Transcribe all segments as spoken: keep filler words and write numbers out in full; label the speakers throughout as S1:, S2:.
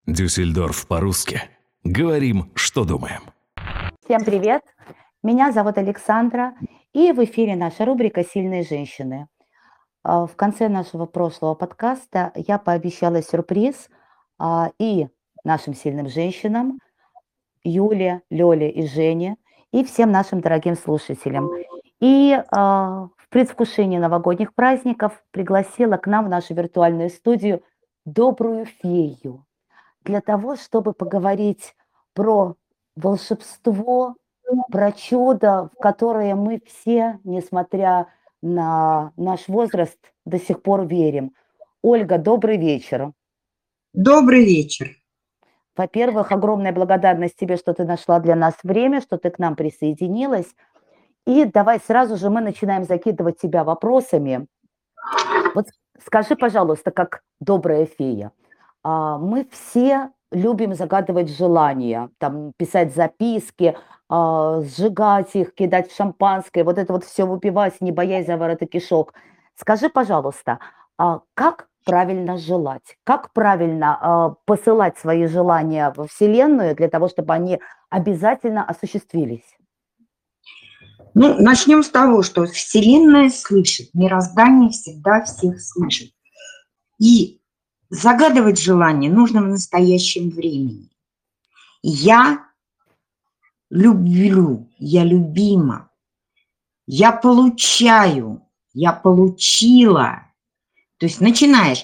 S1: Дюссельдорф по-русски. Говорим, что думаем.
S2: Всем привет! Меня зовут Александра, и в эфире наша рубрика «Сильные женщины». А, В конце нашего прошлого подкаста я пообещала сюрприз а, и нашим сильным женщинам, Юле, Лёле и Жене, и всем нашим дорогим слушателям. И а, в предвкушении новогодних праздников пригласила к нам в нашу виртуальную студию добрую фею для того, чтобы поговорить про волшебство, про чудо, в которое мы все, несмотря на наш возраст, до сих пор верим. Ольга, добрый вечер.
S3: Добрый вечер.
S2: Во-первых, огромная благодарность тебе, что ты нашла для нас время, что ты к нам присоединилась. И давай сразу же мы начинаем закидывать тебя вопросами. Вот скажи, пожалуйста, как добрая фея, а, мы все любим загадывать желания, там, писать записки, а, сжигать их, кидать в шампанское, вот это вот все выпивать, не боясь заворота кишок. Скажи, пожалуйста, а как правильно желать? Как правильно а, посылать свои желания во Вселенную для того, чтобы они обязательно осуществились?
S3: Ну, начнем с того, что Вселенная слышит, мироздание всегда всех слышит. И загадывать желание нужно в настоящем времени. Я люблю, я любима, я получаю, я получила. То есть начинаешь,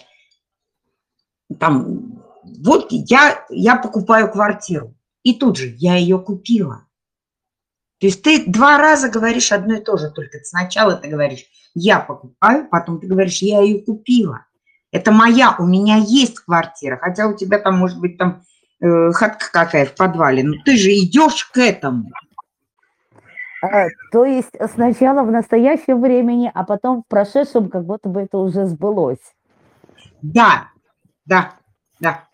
S3: там, вот я, я покупаю квартиру, и тут же я ее купила. То есть ты два раза говоришь одно и то же, только сначала ты говоришь «я покупаю», потом ты говоришь «я ее купила». Это моя, у меня есть квартира, хотя у тебя там может быть там э, хатка какая в подвале, но ты же идешь к этому.
S2: А, то есть сначала в настоящем времени, а потом в прошедшем, как будто бы это уже сбылось.
S3: Да, да, да.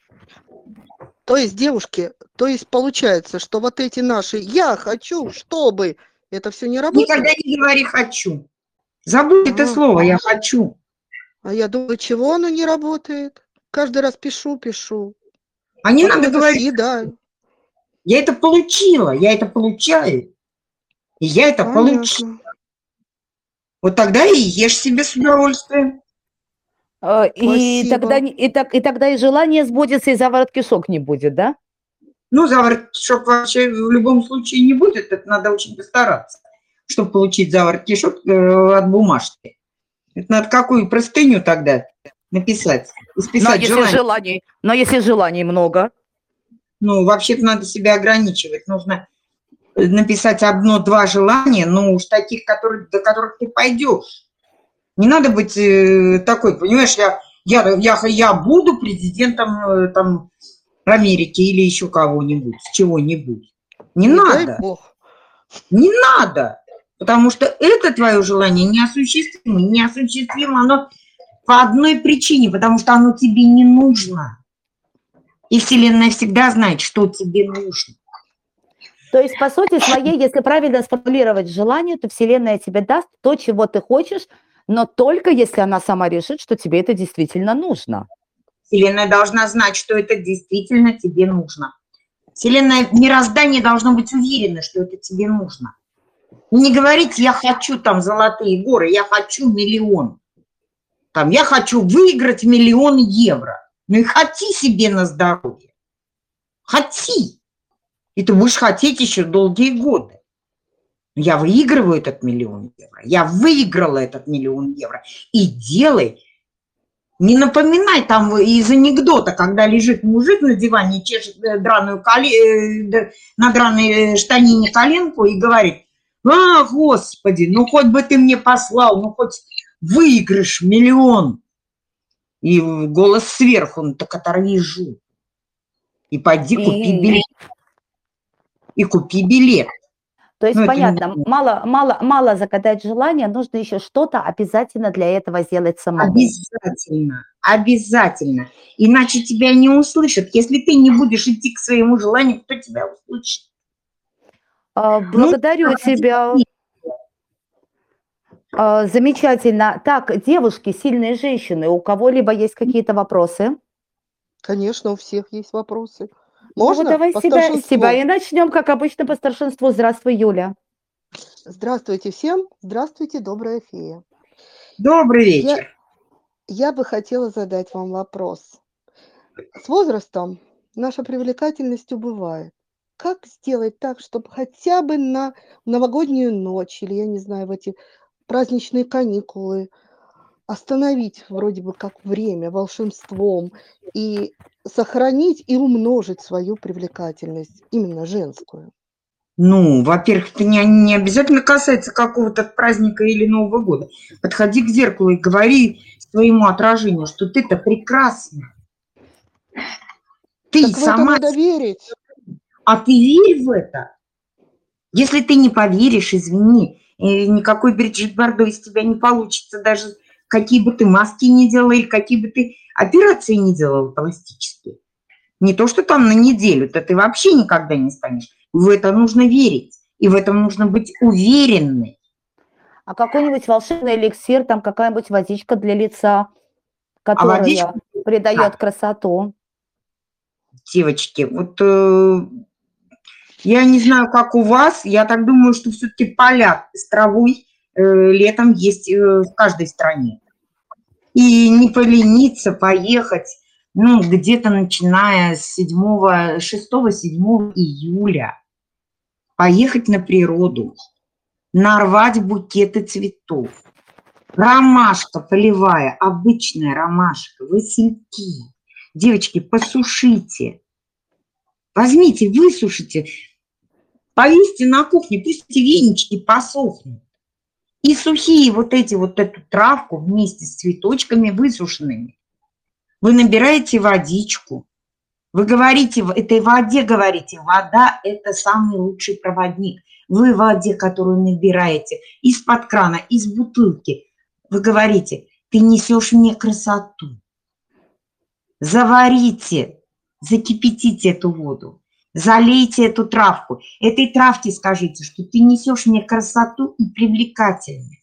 S4: То есть, девушки, то есть получается, что вот эти наши «я хочу, чтобы» это все не работает?
S3: Никогда не говори «хочу». Забудь это
S4: Ага.
S3: слово «я хочу».
S4: А я думаю, чего оно не работает? Каждый раз пишу, пишу.
S3: А не
S4: Потом
S3: надо
S4: это
S3: говорить
S4: съедаю.
S3: «я это получила», «я это получаю». И я это
S4: Понятно.
S3: получила. Вот тогда и ешь себе с удовольствием.
S2: А, И
S4: Спасибо.
S2: тогда, не- и, так, и тогда и желание сбудется, и заворот кишок не будет, да?
S3: Ну, заворот кишок вообще в любом случае не будет. Это надо очень постараться, чтобы получить заворот кишок э, от бумажки. Это надо какую простыню тогда написать?
S2: Но
S3: Исписать
S2: если
S3: желание.
S2: желаний, но если желаний много,
S3: Ну, вообще-то надо себя ограничивать. Нужно написать одно-два желания, ну, уж таких, которые, до которых ты пойдешь. Не надо быть э, такой, понимаешь, я, я, я, я буду президентом э, там, Америки или еще кого-нибудь, чего-нибудь. Не,
S4: Не
S3: надо,
S4: дай бог.
S3: не надо, потому что это твое желание неосуществимо, неосуществимо оно по одной причине, потому что оно тебе не нужно. И Вселенная всегда знает, что тебе нужно.
S2: то есть, по сути своей, если правильно сформулировать желание, то Вселенная тебе даст то, чего ты хочешь, но только если она сама решит, что тебе это действительно нужно.
S3: Вселенная должна знать, что это действительно тебе нужно. Вселенная, мироздание должно быть уверено, что это тебе нужно. И не говорить, я хочу там золотые горы, я хочу миллион. Там, я хочу выиграть миллион евро. Ну и хоти себе на здоровье. Хоти. И ты будешь хотеть еще долгие годы. Я выигрываю этот миллион евро. Я выиграла этот миллион евро. И делай. Не напоминай там из анекдота, когда лежит мужик на диване, чешет драную коле... на драной штанине коленку и говорит, а, Господи, ну хоть бы ты мне послал, ну хоть выигрыш миллион. И голос сверху, ну так оторви жопу. И пойди купи
S2: И,
S3: билет. И купи билет.
S2: то есть,
S3: Ну, это
S2: понятно,
S3: не-
S2: мало, мало, мало загадать желание, нужно еще что-то обязательно для этого сделать самому.
S3: Обязательно, обязательно. Иначе тебя не услышат. Если ты не будешь идти к своему желанию, кто тебя услышит?
S2: А,
S3: Ну,
S2: Благодарю тебя. А, Замечательно. Так, девушки, сильные женщины, у кого-либо есть какие-то вопросы?
S4: Конечно, у всех есть вопросы.
S2: Ну вот
S4: Можно
S2: давай
S4: по
S2: с себя, с себя
S4: старшинству?
S2: и начнем, как обычно, по старшинству. Здравствуй, Юля.
S4: Здравствуйте всем. Здравствуйте, добрая фея.
S3: Добрый
S4: Я,
S3: вечер.
S4: я бы хотела задать вам вопрос. С возрастом наша привлекательность убывает. Как сделать так, чтобы хотя бы на новогоднюю ночь или, я не знаю, в эти праздничные каникулы остановить вроде бы как время волшебством и сохранить и умножить свою привлекательность, именно женскую?
S3: Ну, во-первых, это не, не обязательно касается какого-то праздника или Нового года. Подходи к зеркалу и говори своему отражению, что ты-то прекрасна. Ты
S4: Так в это
S3: сама,
S4: надо верить.
S3: а ты верь в это. Если ты не поверишь, извини, э, никакой Бриджит Бардо из тебя не получится, даже какие бы ты маски ни делала или какие бы ты операции не делала пластические. Не то, что там на неделю, то ты вообще никогда не станешь. В это нужно верить, и в этом нужно быть уверенной.
S2: А какой-нибудь волшебный эликсир, там какая-нибудь водичка для лица,
S3: А водичка,
S2: которая придает красоту.
S3: девочки, вот э, я не знаю, как у вас, я так думаю, что все-таки поля с травой э, летом есть э, в каждой стране. И не полениться, поехать, ну, где-то начиная с седьмого, шестого-седьмого июля, поехать на природу, нарвать букеты цветов. Ромашка полевая, обычная ромашка, васильки. Девочки, посушите. Возьмите, высушите, повесьте на кухне, пусть эти венички посохнут. И сухие вот эти вот эту травку вместе с цветочками высушенными. Вы набираете водичку, вы говорите, в этой воде говорите, вода – это самый лучший проводник. Вы в воде, которую набираете из-под крана, из бутылки, вы говорите, ты несешь мне красоту. Заварите, закипятите эту воду, залейте эту травку. Этой травке скажите, что ты несешь мне красоту и привлекательность.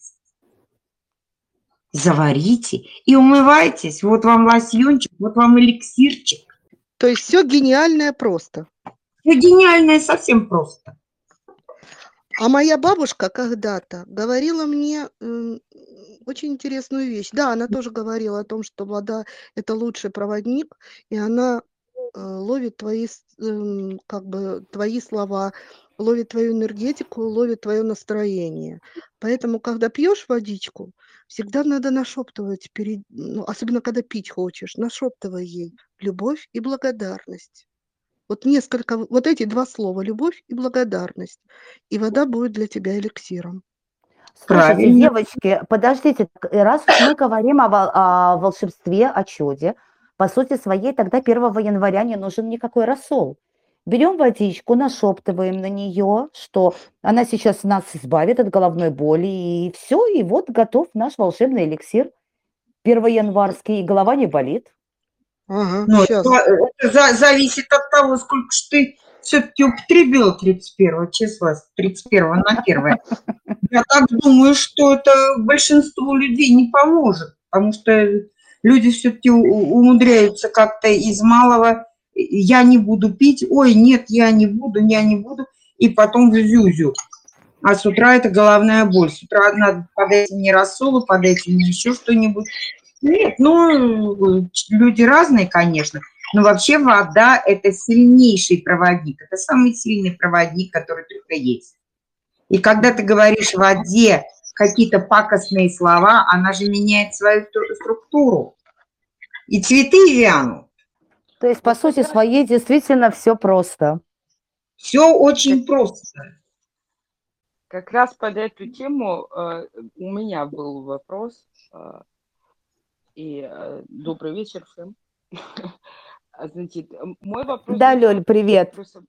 S3: Заварите и умывайтесь. Вот вам лосьончик, вот вам эликсирчик.
S4: То есть все гениальное просто.
S3: Все гениальное совсем просто.
S4: А моя бабушка когда-то говорила мне м, очень интересную вещь. Да, она тоже говорила о том, что вода – это лучший проводник, и она э, ловит твои, с- эм, как бы, твои слова, ловит твою энергетику, ловит твое настроение. Поэтому, когда пьешь водичку, всегда надо нашептывать, перед, ну, особенно когда пить хочешь, нашептывай ей любовь и благодарность. Вот несколько, в вот эти два слова: любовь и благодарность, и вода будет для тебя эликсиром.
S2: Слушайте,
S3: Правильно.
S2: девочки, подождите, так, э, раз уж мы говорим о, вол- о волшебстве, о чуде, по сути своей, тогда первого января не нужен никакой рассол. Берем водичку, нашептываем на нее, что она сейчас нас избавит от головной боли, и все, и вот готов наш волшебный эликсир первоянварский, и голова не болит.
S4: Ага,
S3: Но
S4: щас.
S3: это, это за- зависит от того, сколько ж ты все-таки употребила тридцать первого числа, с тридцать первого на первое. Я так думаю, что это большинству людей не поможет, потому что люди все-таки умудряются как-то из малого «я не буду пить», «ой, нет, я не буду, я не буду», и потом в зюзю. А с утра это головная боль. С утра надо подать мне рассолу, подать мне еще что-нибудь. Нет, ну, люди разные, конечно, но вообще вода – это сильнейший проводник, это самый сильный проводник, который только есть. И когда ты говоришь в воде какие-то пакостные слова, она же меняет свою структуру. И цветы вянут.
S2: То есть, по сути своей, действительно все просто.
S3: Все очень просто.
S5: Как раз под эту тему э, у меня был вопрос. э, И э, добрый вечер всем. А, Значит, м- мой вопрос
S2: Да,
S5: звучал
S2: Лёль, привет.
S5: просто,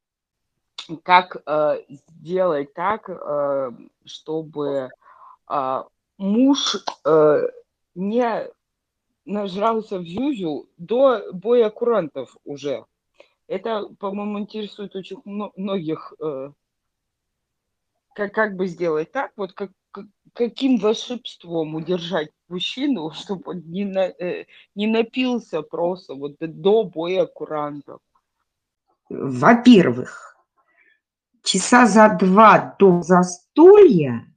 S5: как э, сделать так, э, чтобы э, муж э, не нажрался в зюзю до боя курантов уже. Это, по-моему, интересует очень мно- многих. э, Как, как бы сделать так, вот как, к- каким волшебством удержать мужчину, чтобы он не, на- э, не напился просто вот до боя курантов?
S3: Во-первых, часа за два до застолья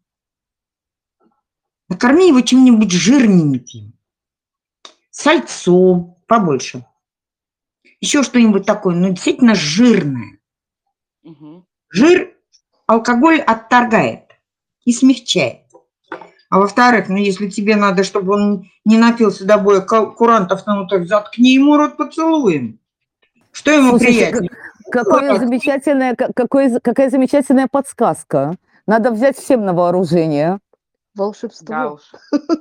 S3: накорми его чем-нибудь жирненьким, сальцом побольше. Еще что-нибудь такое, ну, действительно жирное.
S5: Мгм.
S3: Жир алкоголь отторгает и смягчает. А во-вторых, ну, если тебе надо, чтобы он не напился до боя ка- курантов, ну, так заткни ему рот поцелуем. Что ему
S2: Слушайте, как-
S3: приятнее?
S2: какое замечательное, ка- какое за- какая замечательная подсказка. Надо взять всем на вооружение.
S5: Да
S4: Волшебство.
S5: уж.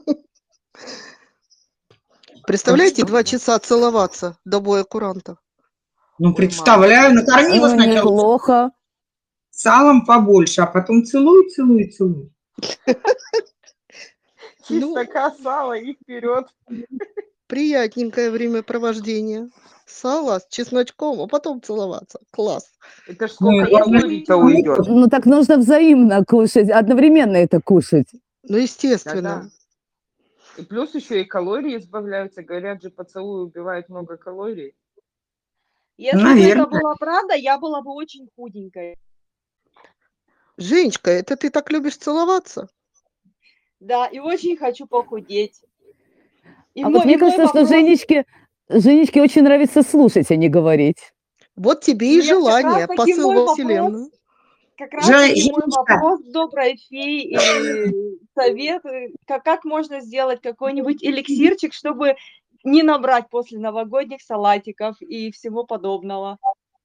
S4: Представляете,
S3: что?
S4: два часа целоваться до боя курантов?
S3: Ну,
S5: Ой,
S3: представляю,
S5: мамочки.
S3: накорми его
S2: Ну,
S3: сначала
S2: неплохо.
S3: салом побольше, а потом целуй, целуй, целуй.
S4: Ну,
S5: Чистока сала и вперед.
S4: приятненькое времяпровождение. Сало с чесночком, а потом целоваться. Класс.
S5: Это ж
S3: Ну,
S5: сколько
S3: главное,
S5: калорий-то
S3: не
S5: уйдет.
S2: Ну, так нужно взаимно кушать, одновременно это кушать.
S4: Ну, естественно.
S5: Да-да. И плюс еще и калории избавляются. Говорят же, поцелуй убивает много калорий.
S6: Если бы
S3: Наверное.
S6: это была правда, я была бы очень худенькой.
S4: Женечка, это ты так любишь целоваться?
S6: Да, и очень хочу похудеть. И
S2: А
S6: мой,
S2: вот мне
S6: и мой
S2: кажется, что
S6: вопрос-
S2: Женечке, Женечке очень нравится слушать, а не говорить.
S4: Вот тебе и
S6: Нет, как
S4: желание,
S6: раз-таки
S4: посыл
S6: мой
S4: во
S6: вопрос-
S4: Вселенную.
S6: Как раз
S3: Же-
S6: таки мой
S3: Женечка.
S6: вопрос к доброй фее или совет, э, как, как можно сделать какой-нибудь эликсирчик, чтобы не набрать после новогодних салатиков и всего подобного.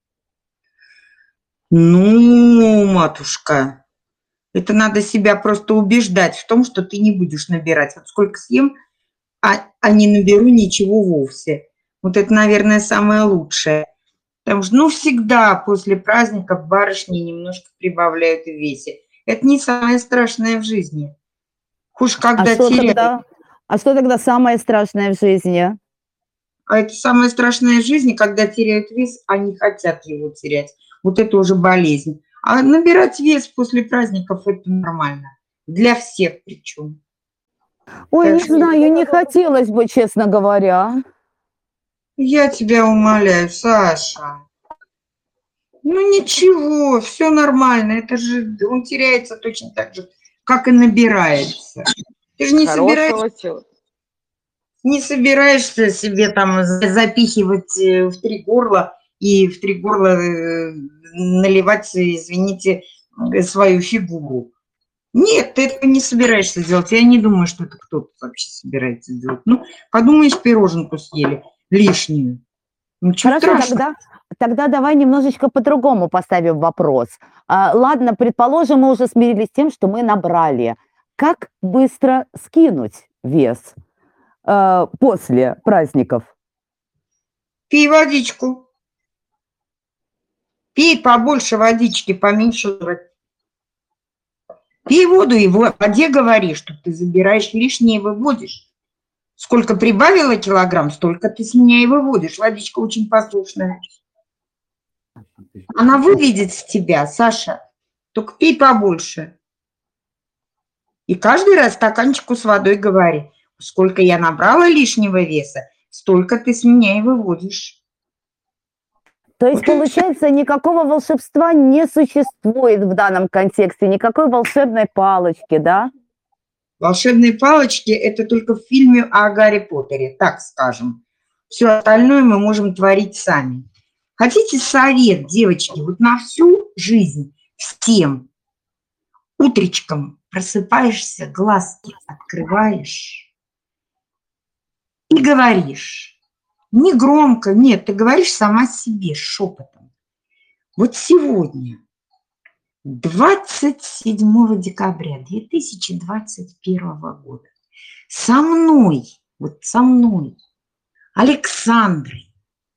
S3: Ну, матушка, это надо себя просто убеждать в том, что ты не будешь набирать. Вот сколько съем, а, а не наберу ничего вовсе. Вот это, наверное, самое лучшее. Потому что, ну, всегда после праздников барышни немножко прибавляют в весе. Это не самое страшное в жизни. Хуже,
S2: А
S3: когда
S2: что
S3: теряют.
S2: тогда? А что тогда самое страшное в жизни?
S3: А это самое страшное в жизни, когда теряют вес, а не хотят его терять. Вот это уже болезнь. А набирать вес после праздников – это нормально. Для всех причем.
S2: Ой,
S3: Так
S2: не
S3: что-
S2: знаю, не хотелось бы, честно говоря.
S3: Я тебя умоляю, Саша. Ну ничего, все нормально. Это же он теряется точно так же, как и набирается. Ты же не собираешься,
S5: Хорошего тела.
S3: не собираешься себе там за- запихивать э, в три горла и в три горла э, наливать, извините, э, свою фигуру. Нет, ты этого не собираешься делать. Я не думаю, что это кто-то вообще собирается делать. Ну, подумаешь, пироженку съели лишнюю. Ничего
S2: Хорошо,
S3: страшного.
S2: тогда, тогда давай немножечко по-другому поставим вопрос. А, ладно, предположим, мы уже смирились с тем, что мы набрали. Как быстро скинуть вес э, после праздников?
S3: Пей водичку. Пей побольше водички, поменьше жрать. Пей воду и в воде говори, что ты забираешь лишнее и выводишь. Сколько прибавила килограмм, столько ты с меня и выводишь. Водичка очень послушная. Она выведет с тебя, Саша. Только пей побольше. И каждый раз стаканчику с водой говори. Сколько я набрала лишнего веса, столько ты с меня и выводишь.
S2: То есть, получается, никакого волшебства не существует в данном контексте, никакой волшебной палочки, да?
S3: Волшебные палочки – это только в фильме о Гарри Поттере, так скажем. Все остальное мы можем творить сами. Хотите совет, девочки, вот на всю жизнь всем? Утречком просыпаешься, глазки открываешь и говоришь. Не громко, нет, ты говоришь сама себе шепотом. Вот сегодня, двадцать седьмого декабря две тысячи двадцать первого года, со мной, вот со мной, Александрой,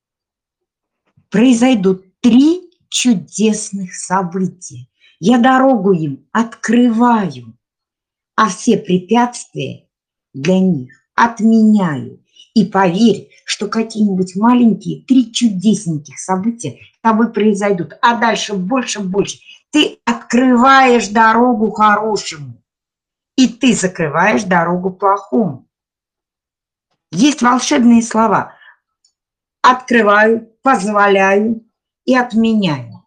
S3: произойдут три чудесных события. Я дорогу им открываю, а все препятствия для них отменяю. И поверь, что какие-нибудь маленькие, три чудесненьких события с тобой произойдут, а дальше больше, больше. Ты открываешь дорогу хорошему. И ты закрываешь дорогу плохому. Есть волшебные слова. Открываю, позволяю и отменяю.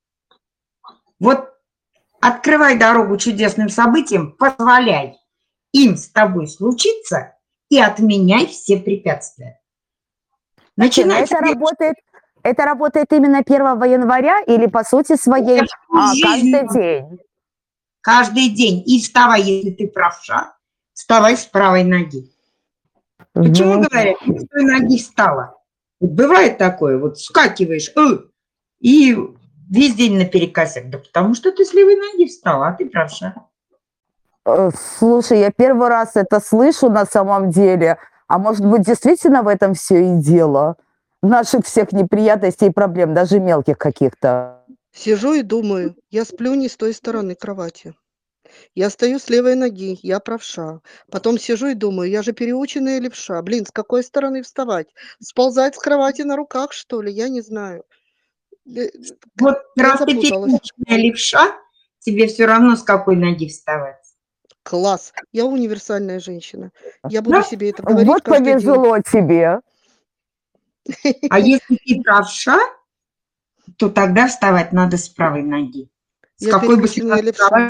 S3: Вот открывай дорогу чудесным событиям, позволяй им с тобой случиться и отменяй все препятствия.
S2: Начинай. Это работает, это работает именно первого января или по сути своей а, каждый день?
S3: Каждый день. И вставай, если ты правша, вставай с правой ноги. Угу. Почему говорят, с той ноги встала? Вот бывает такое, вот вскакиваешь э, и весь день наперекосяк. Да потому что ты с левой ноги встала, а ты правша.
S2: Слушай, я первый раз это слышу на самом деле. А может быть, действительно в этом все и дело? Наших всех неприятностей и проблем, даже мелких каких-то.
S4: Сижу и думаю, я сплю не с той стороны кровати. Я стою с левой ноги, я правша. Потом сижу и думаю, я же переученная левша. Блин, с какой стороны вставать? Сползать с кровати на руках, что ли? Я не знаю.
S3: Вот я раз ты переученная левша, тебе все равно с какой ноги вставать.
S4: Класс. Я универсальная женщина. Я буду
S2: да?
S4: себе это говорить
S2: вот
S4: каждый
S2: повезло
S4: день.
S2: тебе.
S3: А если ты правша, то тогда вставать надо с правой ноги. С
S4: я
S3: какой бы ты
S4: левша.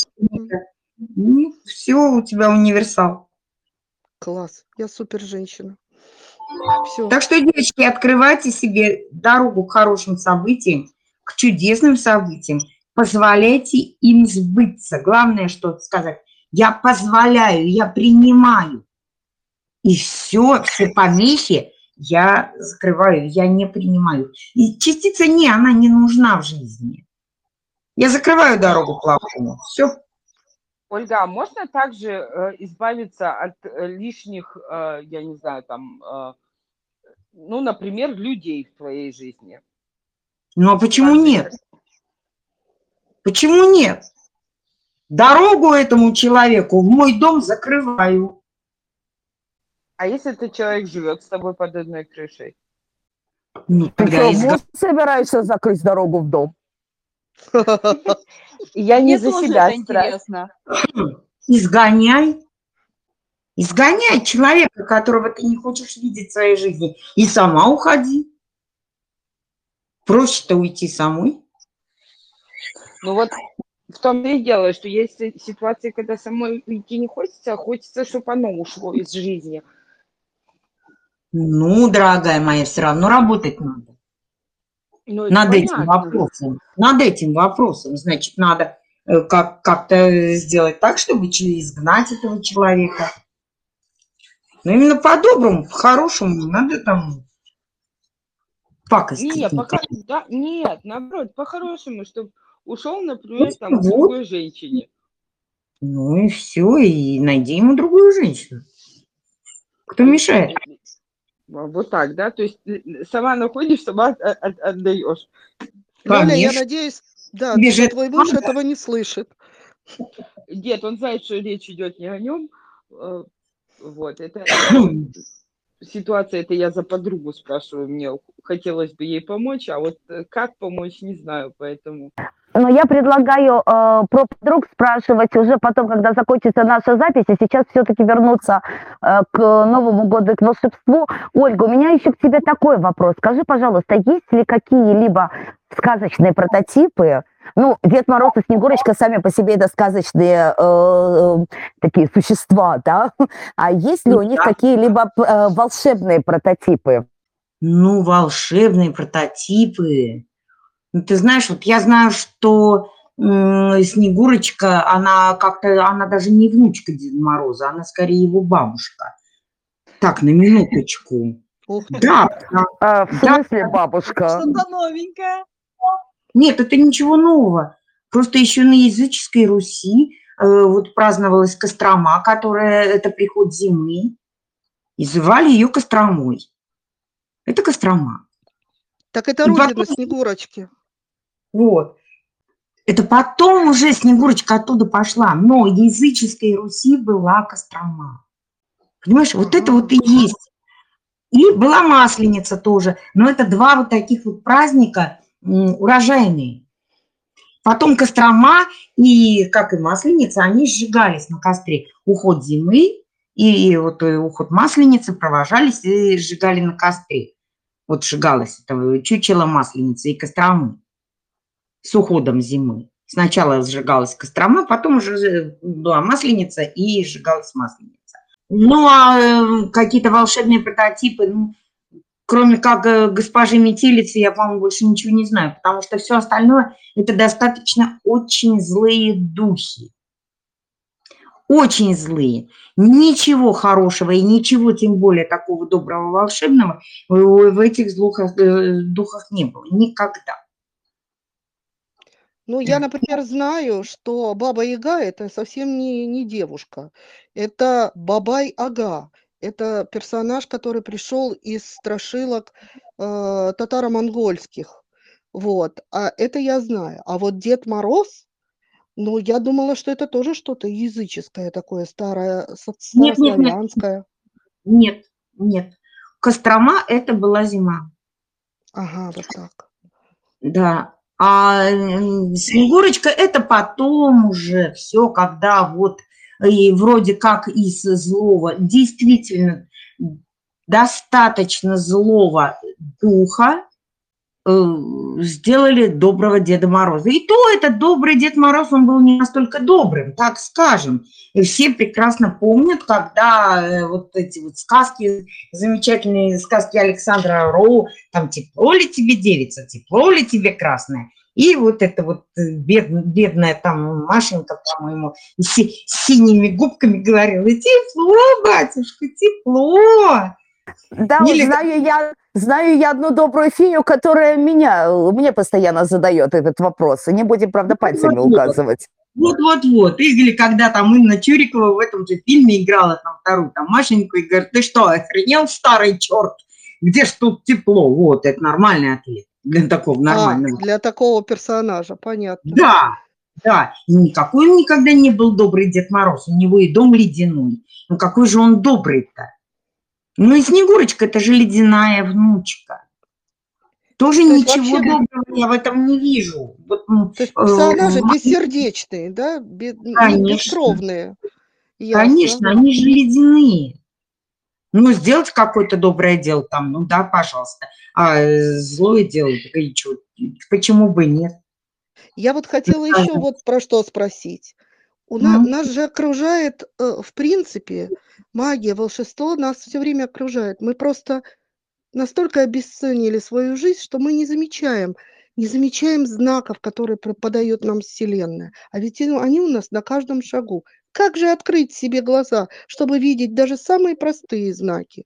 S3: Ну, все, у тебя универсал.
S4: Класс. Я супер женщина. Все.
S3: Так что, девочки, открывайте себе дорогу к хорошим событиям, к чудесным событиям. Позволяйте им сбыться. Главное, что сказать. Я позволяю, я принимаю. И все, все помехи я закрываю, я не принимаю. И частица «не», она не нужна в жизни. Я закрываю дорогу плохому. Все.
S5: Ольга, а можно также э, избавиться от э, лишних, э, я не знаю, там, э, ну, например, людей в твоей жизни?
S3: Ну, а почему нет? Почему нет? Дорогу этому человеку в мой дом закрываю.
S5: А если этот человек живет с тобой под одной крышей?
S2: Ну, ты что, изг... собираешься закрыть дорогу в дом?
S6: Я не за себя интересно.
S3: Изгоняй. Изгоняй человека, которого ты не хочешь видеть в своей жизни. И сама уходи. Проще-то уйти самой.
S5: Ну вот в том и дело, что есть ситуации, когда самой уйти не хочется, а хочется, чтобы оно ушло из жизни.
S3: Ну, дорогая моя, все равно работать надо.
S5: Ну,
S3: над
S5: понятно.
S3: этим вопросом. Над этим вопросом. Значит, надо как- как-то сделать так, чтобы изгнать этого человека. Но именно по-доброму, по-хорошему. Надо там пакостить.
S5: Нет, пока, да, нет, наоборот, по-хорошему, чтобы ушел, например,
S3: Вот,
S5: там, к
S3: вот.
S5: другой женщине.
S3: Ну и все, и найди ему другую женщину. Кто мешает?
S5: Вот так, да? То есть сама находишь, сама от- от- отдаешь.
S4: Лёля, я
S3: Конечно.
S4: надеюсь, да,
S3: Бежит.
S4: что твой муж этого не слышит.
S5: Нет, он знает, что речь идет не о нем. э, Вот, это ситуация, это я за подругу спрашиваю, мне хотелось бы ей помочь, а вот э, как помочь, не знаю, поэтому...
S2: Но я предлагаю э, про подруг спрашивать уже потом, когда закончится наша запись, и сейчас все-таки вернуться э, к Новому году и к волшебству. Ольга, у меня еще к тебе такой вопрос. Скажи, пожалуйста, есть ли какие-либо сказочные прототипы? Ну, Дед Мороз и Снегурочка сами по себе это сказочные э, такие существа, да? А есть ли у них какие-либо э, волшебные прототипы?
S3: Ну, волшебные прототипы. Ну, ты знаешь, вот я знаю, что м, Снегурочка, она как-то, она даже не внучка Деда Мороза, она скорее его бабушка. Так, на минуточку.
S4: Ух ты.
S3: Да, да.
S2: А, в смысле, бабушка?
S6: Что-то новенькое.
S3: Нет, это ничего нового. Просто еще на языческой Руси э, вот праздновалась Кострома, которая, это приход зимы, и звали ее Костромой. Это Кострома.
S4: Так это
S3: И
S4: родина
S3: потом-
S4: Снегурочки.
S3: Вот. Это потом уже Снегурочка оттуда пошла, но языческой Руси была Кострома. Понимаешь, вот это вот и есть. И была Масленица тоже, но это два вот таких вот праздника м, урожайные. Потом Кострома и, как и Масленица, они сжигались на костре. уход зимы и вот э, уход Масленицы провожались и сжигали на костре. Вот сжигалось это чучело Масленицы и Костромы с уходом зимы. Сначала сжигалась Кострома, потом уже была Масленица и сжигалась Масленица. Ну, а э, какие-то волшебные прототипы, ну, кроме как э, госпожи Метелицы, я, по-моему, больше ничего не знаю, потому что все остальное – это достаточно очень злые духи. Очень злые. Ничего хорошего и ничего, тем более, такого доброго, волшебного в в этих злухах, э, духах не было. Никогда.
S4: Ну, я, например, знаю, что Баба Яга – это совсем не, не девушка. Это Бабай-ага. Это персонаж, который пришел из страшилок э, татаро-монгольских. Вот. А это я знаю. А вот Дед Мороз, ну, я думала, что это тоже что-то языческое такое, старое, со-
S3: Нет, нет, нет,
S4: старославянское.
S3: нет, нет. Кострома – это была зима.
S4: Ага, вот так.
S3: Да. А м, Снегурочка – это потом уже все, когда вот и вроде как из злого, действительно достаточно злого духа э, сделали доброго Деда Мороза. И то этот добрый Дед Мороз, он был не настолько добрым, так скажем. И все прекрасно помнят, когда э, вот эти вот сказки, замечательные сказки Александра Роу, там «Тепло ли тебе, девица, тепло ли тебе, красная?» И вот это вот э, бед- бедная там Машенька, по-моему, си- с синими губками говорила: «Тепло, батюшка, тепло».
S2: Да, вот
S3: Или
S2: знаю я, знаю я одну добрую фею, которая меня, мне постоянно задает этот вопрос. И не будем, правда, пальцами
S3: вот-вот.
S2: указывать.
S3: Вот-вот-вот. Или когда там Инна Чурикова в этом же фильме играла там вторую там Машеньку и говорит: «Ты что, охренел, старый черт? Где ж тут тепло?» Вот, это нормальный ответ для такого
S4: А,
S3: нормального.
S4: для такого персонажа, понятно.
S3: Да, да. И никакой он никогда не был добрый Дед Мороз. У него и дом ледяной. Ну какой же он добрый-то? Ну и Снегурочка – это же ледяная внучка. Тоже
S4: То есть
S3: ничего
S4: вообще,
S3: доброго я в этом не вижу. Вот, м,
S4: то есть
S3: э,
S4: персонажи
S3: м,
S4: бессердечные, да, бе- не
S3: конечно,
S4: бескровные. Ясно.
S3: конечно, они же ледяные. Ну, сделать какое-то доброе дело там, ну да, пожалуйста. А э, злое дело, так и чё, почему бы нет?
S4: Я вот хотела еще вот про что спросить. У на-
S3: Ну,
S4: нас же окружает, э, в принципе, магия, волшебство нас все время окружает. Мы просто настолько обесценили свою жизнь, что мы не замечаем, не замечаем знаков, которые пр- подает нам Вселенная. А ведь и- они у нас на каждом шагу. Как же открыть себе глаза, чтобы видеть даже самые простые знаки?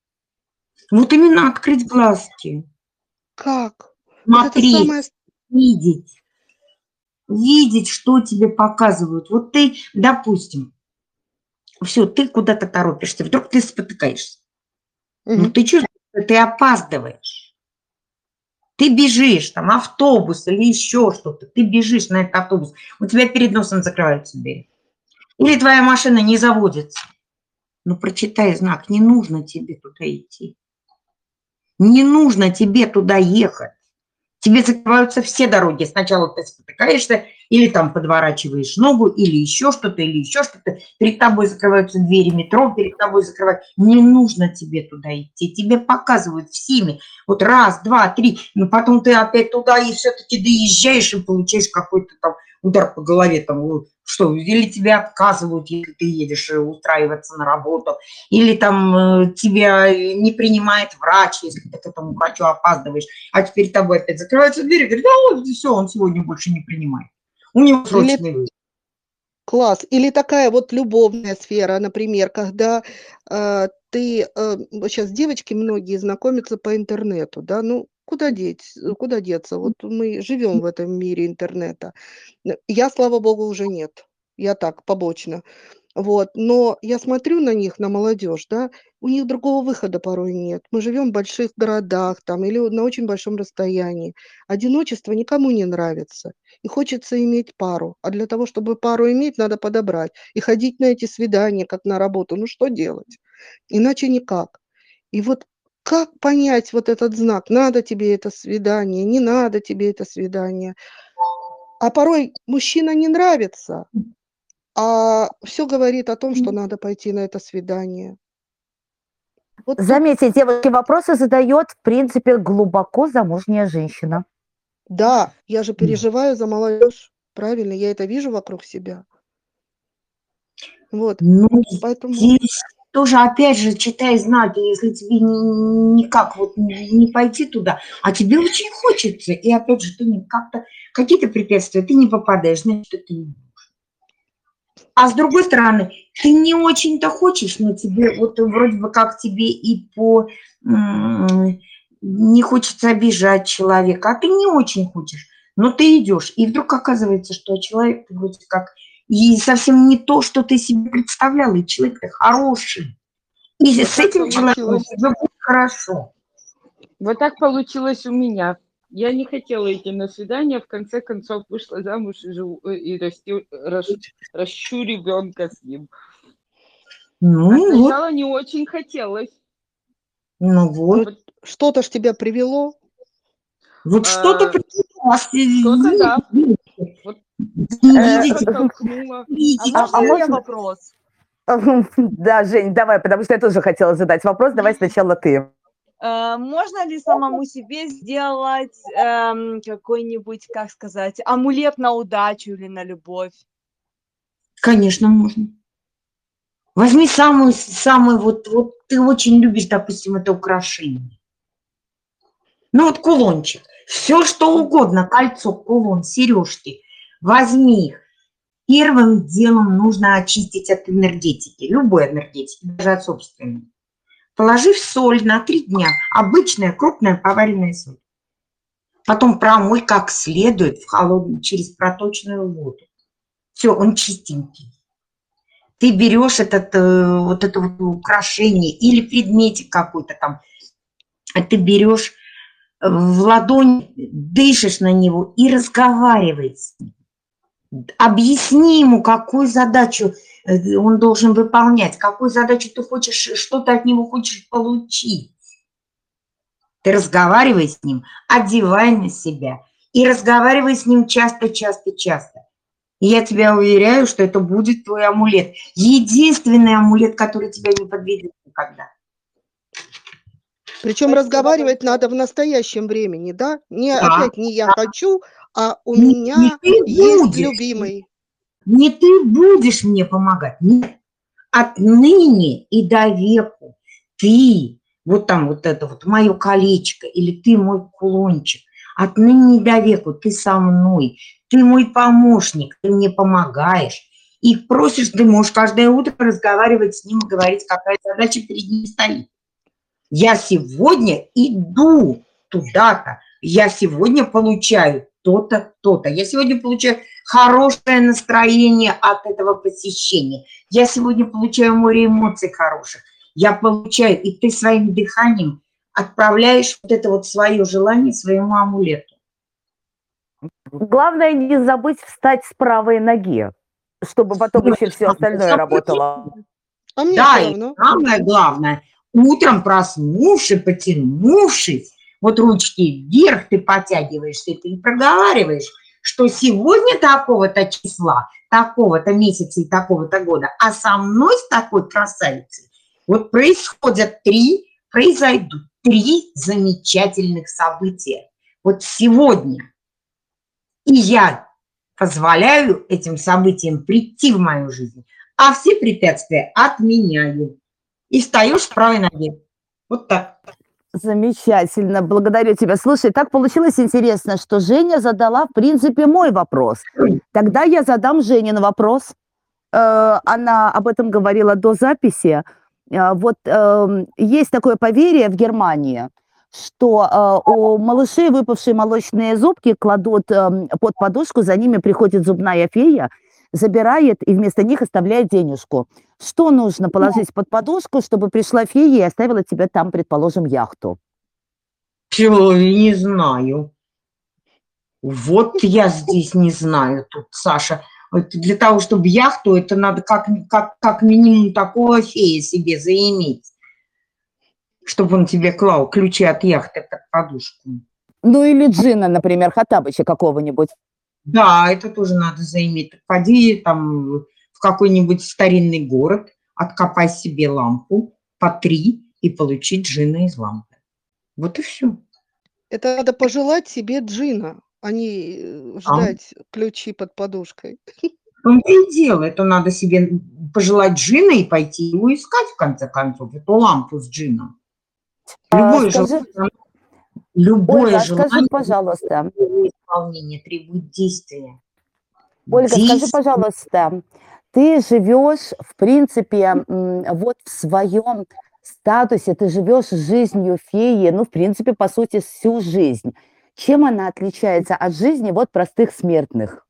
S3: вот именно открыть глазки,
S4: Как? Вот это самое...
S3: смотреть, видеть, видеть, что тебе показывают. Вот ты, допустим, все, ты куда-то торопишься, вдруг ты спотыкаешься. Ну,
S4: Мгм.
S3: ты чувствуешь, что ты опаздываешь. Ты бежишь, там автобус или еще что-то, ты бежишь на этот автобус, у тебя перед носом закрываются двери. Или твоя машина не заводится. Ну, прочитай знак, не нужно тебе туда идти. Не нужно тебе туда ехать. Тебе закрываются все дороги. Сначала ты спотыкаешься, или там подворачиваешь ногу, или еще что-то, или еще что-то. Перед тобой закрываются двери метро, перед тобой закрывают. Не нужно тебе туда идти. Тебе показывают всеми. Вот раз, два, три. Но потом ты опять туда и все-таки доезжаешь и получаешь какой-то там удар по голове. Там, что, или тебе отказывают, если ты едешь устраиваться на работу. Или там э, тебя не принимает врач, если ты к этому врачу опаздываешь. А теперь тобой опять закрываются двери, говорит: да вот все, он сегодня больше не принимает. У него
S4: Или
S3: срочный выезд.
S4: класс. Или такая вот любовная сфера, например, когда э, ты, э, сейчас девочки многие знакомятся по интернету, да, ну куда деть, куда деться? Вот мы живем в этом мире интернета. Н- Я, слава богу, уже нет. Я так, побочно. Вот, но я смотрю на них, на молодежь, да, у них другого выхода порой нет. Мы живем в больших городах там или на очень большом расстоянии. Одиночество никому не нравится. И хочется иметь пару. А для того, чтобы пару иметь, надо подобрать. И ходить на эти свидания, как на работу. Ну что делать? Иначе никак. И вот как понять вот этот знак? Надо тебе это свидание, не надо тебе это свидание. А порой мужчина не нравится. а все говорит о том, что надо пойти на это свидание. Вот тут,
S2: Заметьте, девушки, вопросы задает, в принципе, глубоко замужняя женщина.
S4: да, я же переживаю за молодежь, правильно, я это вижу вокруг себя. Вот,
S3: Ну,
S4: поэтому
S3: здесь тоже, опять же, читай знаки, если тебе ни- никак вот не не пойти туда, а тебе очень хочется, и опять же, ты не как-то, какие-то препятствия, ты не попадаешь, значит, это не. А с другой стороны, ты не очень-то хочешь, но тебе вот вроде бы как тебе и по м, не хочется обижать человека, а ты не очень хочешь, но ты идешь, и вдруг оказывается, что человек вроде как и совсем не то, что ты себе представляла, и человек-то хороший, и
S5: Вот
S3: с
S5: так
S3: этим человеком
S5: получилось.
S3: тебе будет хорошо.
S5: Вот так получилось у меня. Я не хотела идти на свидание, в конце концов вышла замуж и, живу, э, и расти, раш- ращу ребенка с ним. А
S3: Ну вот,
S5: сначала не очень хотелось.
S3: ну
S4: а
S3: вот,
S5: Вот,
S4: что-то ж тебя привело.
S3: вот что-то
S5: а,
S3: принесло,
S5: что-то да.
S3: видите,
S5: Вот
S3: не
S2: Э,
S5: что-то
S3: видите,
S5: толкнуло.
S6: А
S3: видите,
S2: А,
S6: можно
S2: а
S6: мне
S2: можно?
S6: вопрос?
S2: Да, Жень, давай, потому что я тоже хотела задать вопрос. Давай сначала ты.
S6: Э, Можно ли самому себе сделать эм, какой-нибудь, как сказать, амулет на удачу или на любовь?
S3: конечно, можно. Возьми самую, самую вот, вот ты очень любишь, допустим, это украшение. Ну вот кулончик, все что угодно, кольцо, кулон, сережки, возьми их. Первым делом нужно очистить от энергетики, любой энергетики, даже от собственной. Положи в соль на три дня, обычная крупная поваренная соль. Потом промой как следует в холодную, через проточную воду. Все, он чистенький. Ты берешь этот, э, вот это вот украшение или предметик какой-то там, а ты берешь в ладонь, дышишь на него и разговариваешь с ним. Объясни ему, какую задачу э, он должен выполнять, какую задачу ты хочешь, что ты от него хочешь получить. Ты разговаривай с ним, одевай на себя и разговаривай с ним часто, часто, часто. И я тебя уверяю, что это будет твой амулет. Единственный амулет, который тебя не подведет никогда.
S4: Причем
S6: Спасибо
S4: разговаривать
S6: большое.
S4: надо в настоящем времени, да? Не
S3: Да,
S4: опять не я хочу, а у
S3: не, не
S4: меня
S3: ты
S4: есть
S3: будешь,
S4: любимый.
S3: не ты будешь мне помогать. Нет. Отныне и до веку ты, вот там вот это вот мое колечко или ты мой кулончик, отныне и до веку ты со мной, ты мой помощник, ты мне помогаешь. И просишь, ты можешь каждое утро разговаривать с ним и говорить, какая задача перед ним стоит. Я сегодня иду туда-то, я сегодня получаю то-то, то-то, я сегодня получаю хорошее настроение от этого посещения, я сегодня получаю море эмоций хороших, я получаю, и ты своим дыханием отправляешь вот это вот свое желание своему амулету.
S2: Главное не забыть встать с правой ноги, чтобы потом еще все остальное работало.
S4: А мне
S3: Да,
S4: все
S3: и
S4: равно.
S3: самое главное, утром проснувшись, потянувшись, вот ручки вверх ты подтягиваешься, и ты проговариваешь, что сегодня такого-то числа, такого-то месяца и такого-то года, а со мной, с такой красавицей, вот происходят три, произойдут три замечательных события. Вот сегодня. И я позволяю этим событиям прийти в мою жизнь, а все препятствия отменяю. И встаешь с правой ноги. Вот так.
S2: Замечательно, благодарю тебя. Слушай, так получилось интересно, что Женя задала, в принципе, мой вопрос. Тогда я задам Женин вопрос. Э, Она об этом говорила до записи. Э, Вот эм, есть такое поверье в Германии, что э, у малышей выпавшие молочные зубки кладут эм, под подушку, за ними приходит зубная фея, забирает и вместо них оставляет денежку. Что нужно положить под подушку, чтобы пришла фея и оставила тебе там, предположим, яхту?
S3: Чего, не знаю. Вот я здесь не знаю тут, Саша. Вот для того, чтобы яхту, это надо как, как, как минимум такого фея себе заиметь, чтобы он тебе клал ключи от яхты под подушку.
S2: Ну или джина, например, Хаттабыча какого-нибудь.
S3: Да, это тоже надо заиметь. Так поди там в какой-нибудь старинный город, откопай себе лампу, потри и получить джина из лампы. Вот и все.
S4: Это надо пожелать себе джина, а не э, ждать ключи под подушкой.
S3: В том-то и дело. Это надо себе пожелать джина и пойти его искать, в конце концов, эту лампу с джином. Любое
S2: А, скажи,
S3: желание, любое
S2: Ольга, а
S3: желание
S2: скажи, пожалуйста,
S3: исполнения требует действия.
S2: Ольга, скажи,
S3: Действие.
S2: пожалуйста, ты живешь, в принципе, м, вот в своем статусе, ты живешь жизнью феи, ну, в принципе, по сути, всю жизнь. Чем она отличается от жизни вот простых смертных?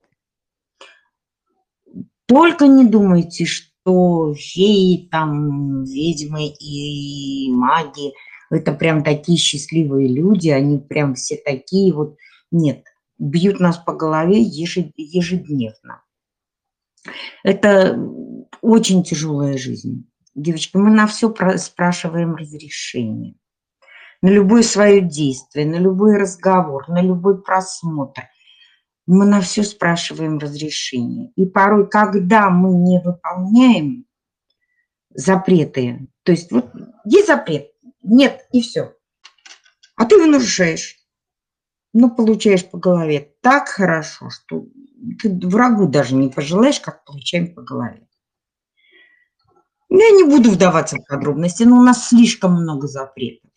S3: Только не думайте, что феи, там, ведьмы и маги – это прям такие счастливые люди, они прям все такие вот. Нет, бьют нас по голове ежед- ежедневно. Это очень тяжелая жизнь. Девочки, мы на все спрашиваем разрешение. На любое свое действие, на любой разговор, на любой просмотр. Мы на все спрашиваем разрешение. И порой, когда мы не выполняем запреты, то есть вот есть запрет, нет, и все. А ты его нарушаешь. Ну, получаешь по голове так хорошо, что ты врагу даже не пожелаешь, как получаем по голове. Я не буду вдаваться в подробности, но у нас слишком много запретов.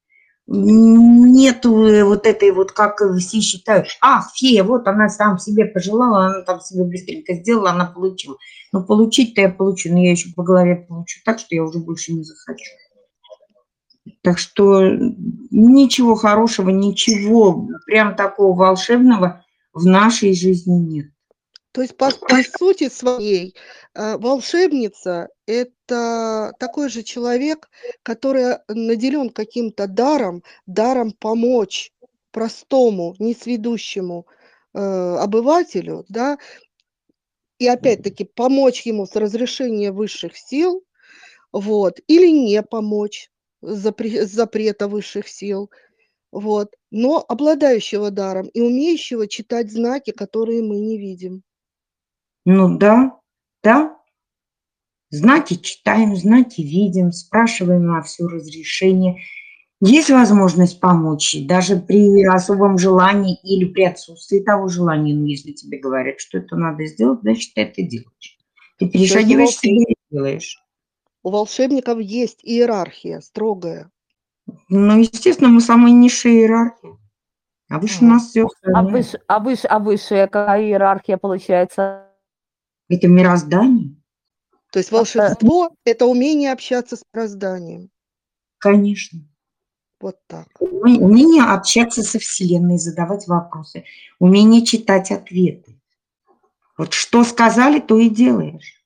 S3: Нету вот этой вот, как все считают, а, фея, вот она там себе пожелала, она там себе быстренько сделала, она получила. Но получить-то я получу, но я еще по голове получу так, что я уже больше не захочу. Так что ничего хорошего, ничего прям такого волшебного в нашей жизни нет.
S4: То есть, по, по сути своей, э, волшебница – это такой же человек, который наделен каким-то даром, даром помочь простому, несведущему э, обывателю, да, и опять-таки помочь ему с разрешения высших сил, вот, или не помочь с запре- с запрета высших сил, вот, но обладающего даром и умеющего читать знаки, которые мы не видим.
S3: Ну да, да. Знаки читаем, знаки видим, спрашиваем на все разрешение. Есть возможность помочь, даже при особом желании или при отсутствии того желания. Но если тебе говорят, что это надо сделать, значит, ты это делаешь. Ты перешагиваешь
S4: волшеб-
S3: себя и делаешь.
S4: У волшебников есть иерархия строгая.
S3: Ну, естественно, мы самая низшая иерархия. А выше
S2: Ага.
S3: нас все
S2: А
S3: остальное.
S2: выше, а выше, а высшая какая иерархия получается?
S3: Это мироздание,
S4: То есть
S2: Э,
S4: волшебство – это умение общаться с мирозданием.
S3: конечно.
S4: Вот так.
S3: Уме- Умение общаться со Вселенной, задавать вопросы. Умение читать ответы. Вот что сказали, то и делаешь.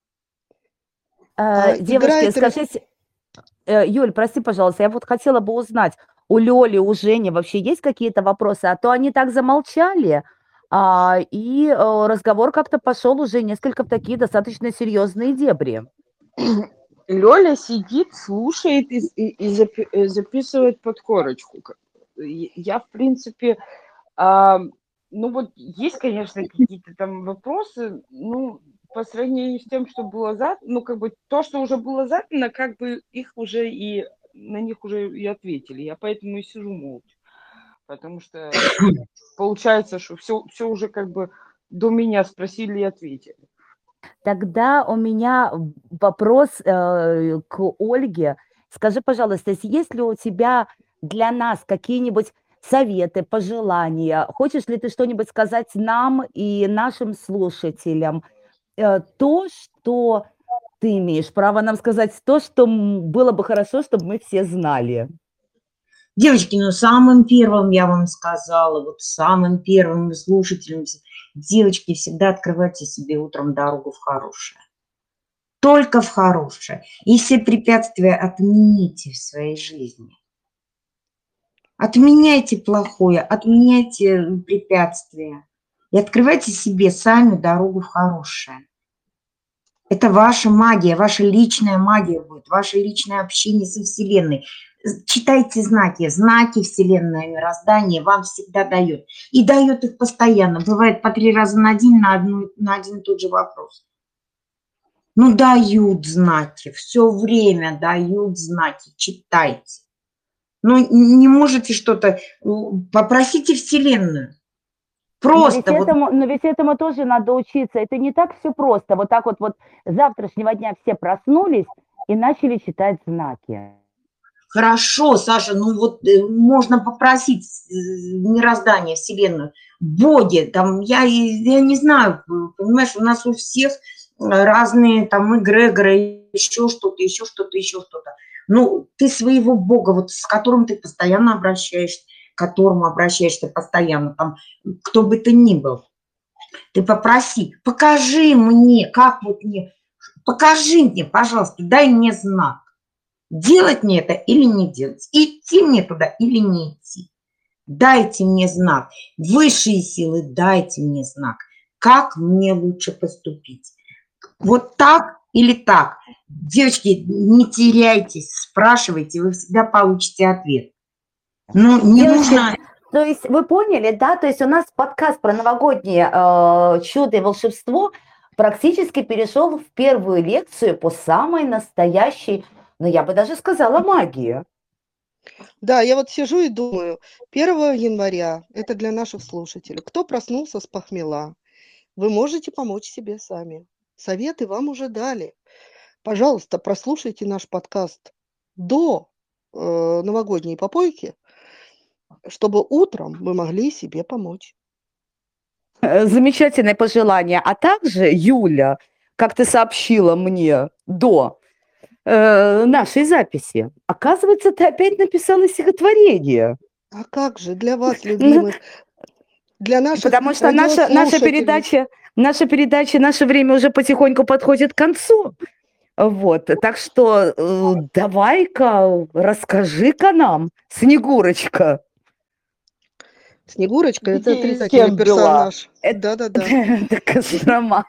S4: А
S2: э, Девушки,
S4: играет роль...
S2: скажите, э, Юль, прости, пожалуйста, я вот хотела бы узнать, у Лёли, у Жени вообще есть какие-то вопросы? А то они так замолчали, а, и э, разговор как-то пошел уже несколько в такие достаточно серьезные дебри.
S5: Лёля сидит, слушает и, и- и запи- э, записывает под корочку. Как- и Я, в принципе, а, ну вот есть, конечно, какие-то там вопросы, ну, по сравнению с тем, что было задано, ну, как бы то, что уже было задано, как бы их уже и, на них уже и ответили. Я поэтому и сижу молча. Потому что получается, что все, все уже как бы до меня спросили и ответили.
S2: Тогда у меня вопрос э, к Ольге. Скажи, пожалуйста, с- есть ли у тебя для нас какие-нибудь советы, пожелания? Хочешь ли ты что-нибудь сказать нам и нашим слушателям? Э, то, что ты имеешь право нам сказать, то, что м, было бы хорошо, чтобы мы все знали.
S3: Девочки, ну самым первым я вам сказала, вот самым первым слушателям, девочки, всегда открывайте себе утром дорогу в хорошее. Только в хорошее. И все препятствия отмените в своей жизни. Отменяйте плохое, отменяйте препятствия. И открывайте себе сами дорогу в хорошее. Это ваша магия, ваша личная магия будет, ваше личное общение со Вселенной. Читайте знаки. Знаки Вселенной, мироздание вам всегда дает. И дает их постоянно. Бывает по три раза на день на, одну, на один и тот же вопрос. Ну, дают знаки, все время дают знаки, читайте. Ну, не можете что-то, попросите Вселенную.
S2: Но ведь
S3: Просто вот,
S2: этому, но ведь этому тоже надо учиться. Это не так все просто. Вот так вот, вот с завтрашнего дня все проснулись и начали читать знаки.
S3: хорошо, Саша, ну вот э, можно попросить э, мироздание, Вселенную, боги, там, я, и- я не знаю, понимаешь, у нас у всех разные там эгрегоры, еще что-то, еще что-то, еще что-то. Ну, ты своего бога, вот с которым ты постоянно обращаешься, к которому обращаешься постоянно, там, кто бы ты ни был, ты попроси, покажи мне, как вот мне, покажи мне, пожалуйста, дай мне знак. Делать мне это или не делать? Идти мне туда или не идти? Дайте мне знак. Высшие силы, дайте мне знак. Как мне лучше поступить? Вот так или так? Девочки, не теряйтесь, спрашивайте, вы всегда получите ответ. Ну, не
S2: Девочки,
S3: нужно...
S2: то есть вы поняли, да? То есть у нас подкаст про новогоднее э, чудо и волшебство практически перешел в первую лекцию по самой настоящей, ну я бы даже сказала, магии.
S4: Да, я вот сижу и думаю, первого января, это для наших слушателей, кто проснулся с похмела, вы можете помочь себе сами. Советы вам уже дали. Пожалуйста, прослушайте наш подкаст до э, новогодней попойки, чтобы утром вы могли себе помочь.
S2: Э, Замечательное пожелание. А также, Юля, как ты сообщила мне до э, нашей записи, оказывается, ты опять написала стихотворение.
S4: А как же для вас, любимых, для наших
S2: Потому что наша, наша
S4: радиослушателей?
S2: передача, наша передача, наше время уже потихоньку подходит к концу. Вот, так что э, давай-ка, расскажи-ка нам, Снегурочка.
S4: Снегурочка – это
S5: Где и с
S4: отрицательный
S5: кем была?
S4: персонаж.
S2: Это-
S4: Да-да-да.
S2: Это Кострома.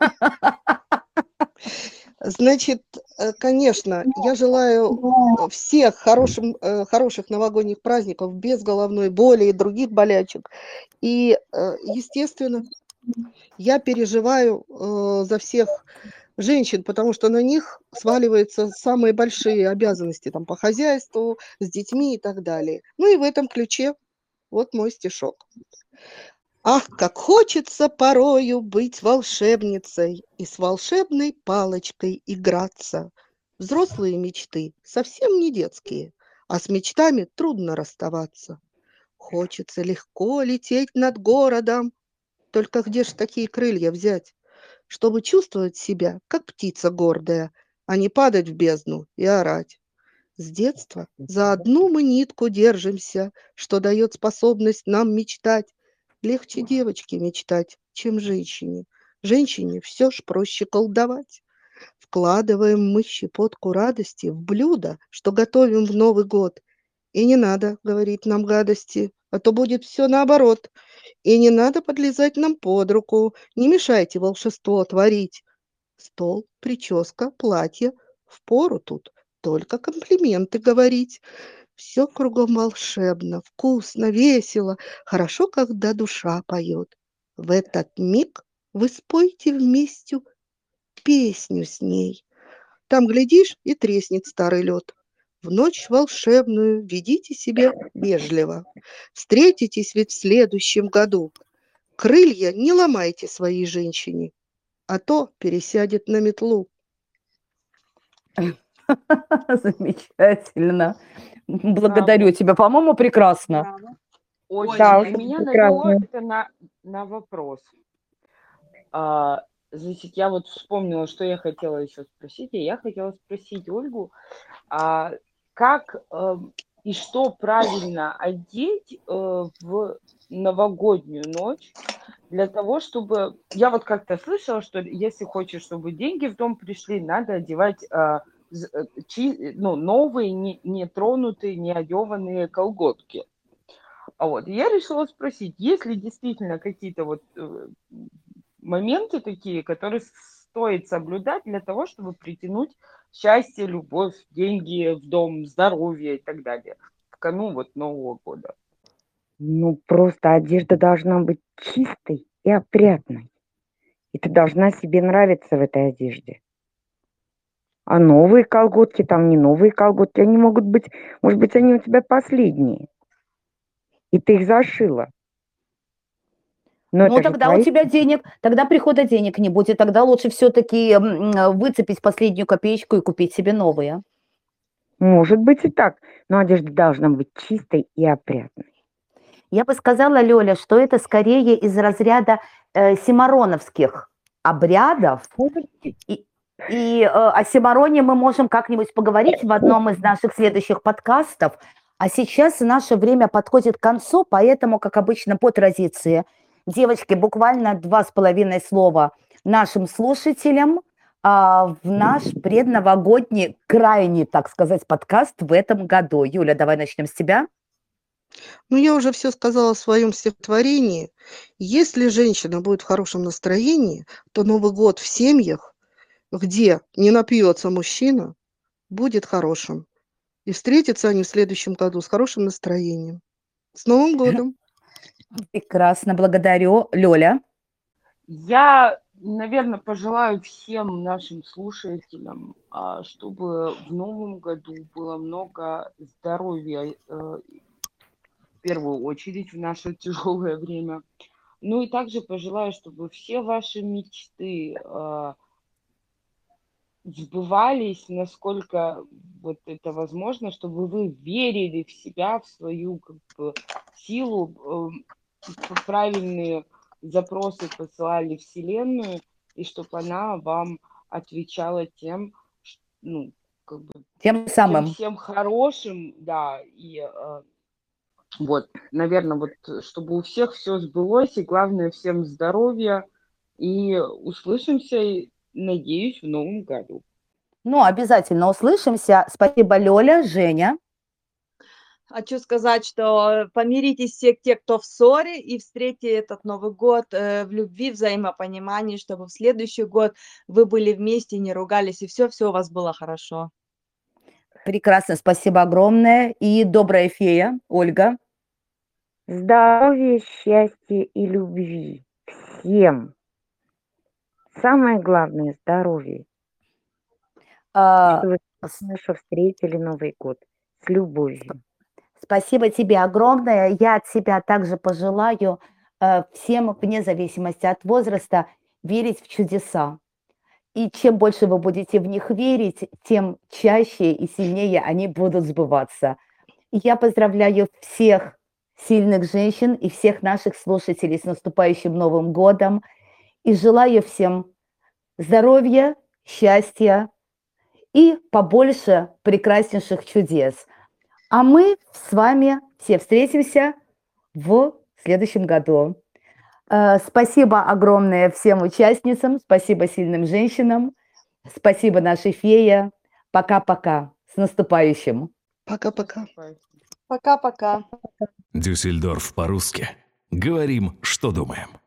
S4: Значит, э, конечно, я желаю э, всех хорошим, э, хороших новогодних праздников без головной боли и других болячек. И, э, естественно, я переживаю э, за всех женщин, потому что на них сваливаются самые большие обязанности там, по хозяйству, с детьми и так далее. Ну и в этом ключе вот мой стишок. Ах, как хочется порою быть волшебницей и с волшебной палочкой играться. Взрослые мечты совсем не детские, а с мечтами трудно расставаться. Хочется легко лететь над городом, только где ж такие крылья взять, чтобы чувствовать себя, как птица гордая, а не падать в бездну и орать. С детства за одну мы нитку держимся, что дает способность нам мечтать. Легче девочке мечтать, чем женщине. Женщине все ж проще колдовать. Вкладываем мы щепотку радости в блюдо, что готовим в Новый год. И не надо говорить нам гадости, а то будет все наоборот. И не надо подлезать нам под руку, не мешайте волшебство творить. Стол, прическа, платье, впору тут только комплименты говорить. Все кругом волшебно, вкусно, весело, хорошо, когда душа поет. В этот миг вы спойте вместе песню с ней. Там, глядишь, и треснет старый лед. В ночь волшебную ведите себя вежливо. Встретитесь ведь в следующем году. Крылья не ломайте своей женщине, а то пересядет на метлу.
S2: Замечательно. Благодарю тебя. По-моему, прекрасно.
S6: Браво.
S5: Очень.
S7: Да,
S5: У
S7: очень
S5: меня
S7: прекрасно.
S5: навело это на, на вопрос. А, значит, я вот вспомнила, что я хотела еще спросить. И я хотела спросить Ольгу, а как э, и что правильно одеть э, в новогоднюю ночь для того, чтобы... Я вот как-то слышала, что если хочешь, чтобы деньги в дом пришли, надо одевать э, з- э, чи- ну, новые, не, не тронутые, не одеванные колготки. А вот я решила спросить, есть ли действительно какие-то вот э, моменты такие, которые стоит соблюдать для того, чтобы притянуть счастье, любовь, деньги в дом, здоровье и так далее к канун вот Нового года.
S7: Ну, просто одежда должна быть чистой и опрятной. И ты должна себе нравиться в этой одежде. А новые колготки, там не новые колготки, они могут быть, может быть, они у тебя последние. И ты их зашила. Но
S2: Ну,
S7: это же
S2: тогда у
S7: твои.
S2: тебя денег, тогда прихода денег не будет, тогда лучше все-таки выцепить последнюю копеечку и купить себе новые.
S7: Может быть и так, но одежда должна быть чистой и опрятной.
S2: Я бы сказала, Лёля, что это скорее из разряда э, симароновских обрядов. И, и э, о симароне мы можем как-нибудь поговорить в одном из наших следующих подкастов. А сейчас наше время подходит к концу, поэтому, как обычно, по традиции, девочки, буквально два с половиной слова нашим слушателям а, в наш предновогодний, крайний, так сказать, подкаст в этом году. Юля, давай начнем с тебя.
S4: Ну, я уже все сказала в своем стихотворении. Если женщина будет в хорошем настроении, то Новый год в семьях, где не напьется мужчина, будет хорошим. И встретятся они в следующем году с хорошим настроением. С Новым годом!
S2: Прекрасно, благодарю. Лёля.
S5: Я, наверное, пожелаю всем нашим слушателям, а, чтобы в новом году было много здоровья, э, в первую очередь в наше тяжелое время. Ну и также пожелаю, чтобы все ваши мечты э, сбывались, насколько вот это возможно, чтобы вы верили в себя, в свою как бы, силу, э, правильные запросы посылали Вселенную, и чтобы она вам отвечала тем, ш- ну, как бы,
S2: Тем
S5: тем
S2: самым.
S5: всем хорошим, да, и э, вот, наверное, вот, чтобы у всех все сбылось, и главное, всем здоровья, и услышимся, и, надеюсь, в новом году.
S2: Ну, обязательно услышимся. Спасибо, Лёля, Женя.
S6: Хочу сказать, что помиритесь все те, кто в ссоре, и встретите этот Новый год э, в любви, взаимопонимании, чтобы в следующий год вы были вместе, не ругались, и все-все у вас было хорошо.
S2: Прекрасно, спасибо огромное. И добрая фея, Ольга.
S7: Здоровья, счастья и любви всем. Самое главное – здоровье.
S2: А,
S7: Чтобы
S2: с-
S7: вы хорошо встретили Новый год с любовью.
S2: Спасибо тебе огромное. Я от себя также пожелаю э, всем, вне зависимости от возраста, верить в чудеса. И чем больше вы будете в них верить, тем чаще и сильнее они будут сбываться. И я поздравляю всех сильных женщин и всех наших слушателей с наступающим Новым годом. И желаю всем здоровья, счастья и побольше прекраснейших чудес. А мы с вами все встретимся в следующем году. Э, Спасибо огромное всем участницам, спасибо сильным женщинам, спасибо нашей фее. Пока-пока. С наступающим.
S4: Пока-пока.
S6: Пока-пока.
S1: Дюссельдорф по-русски. Говорим, что думаем.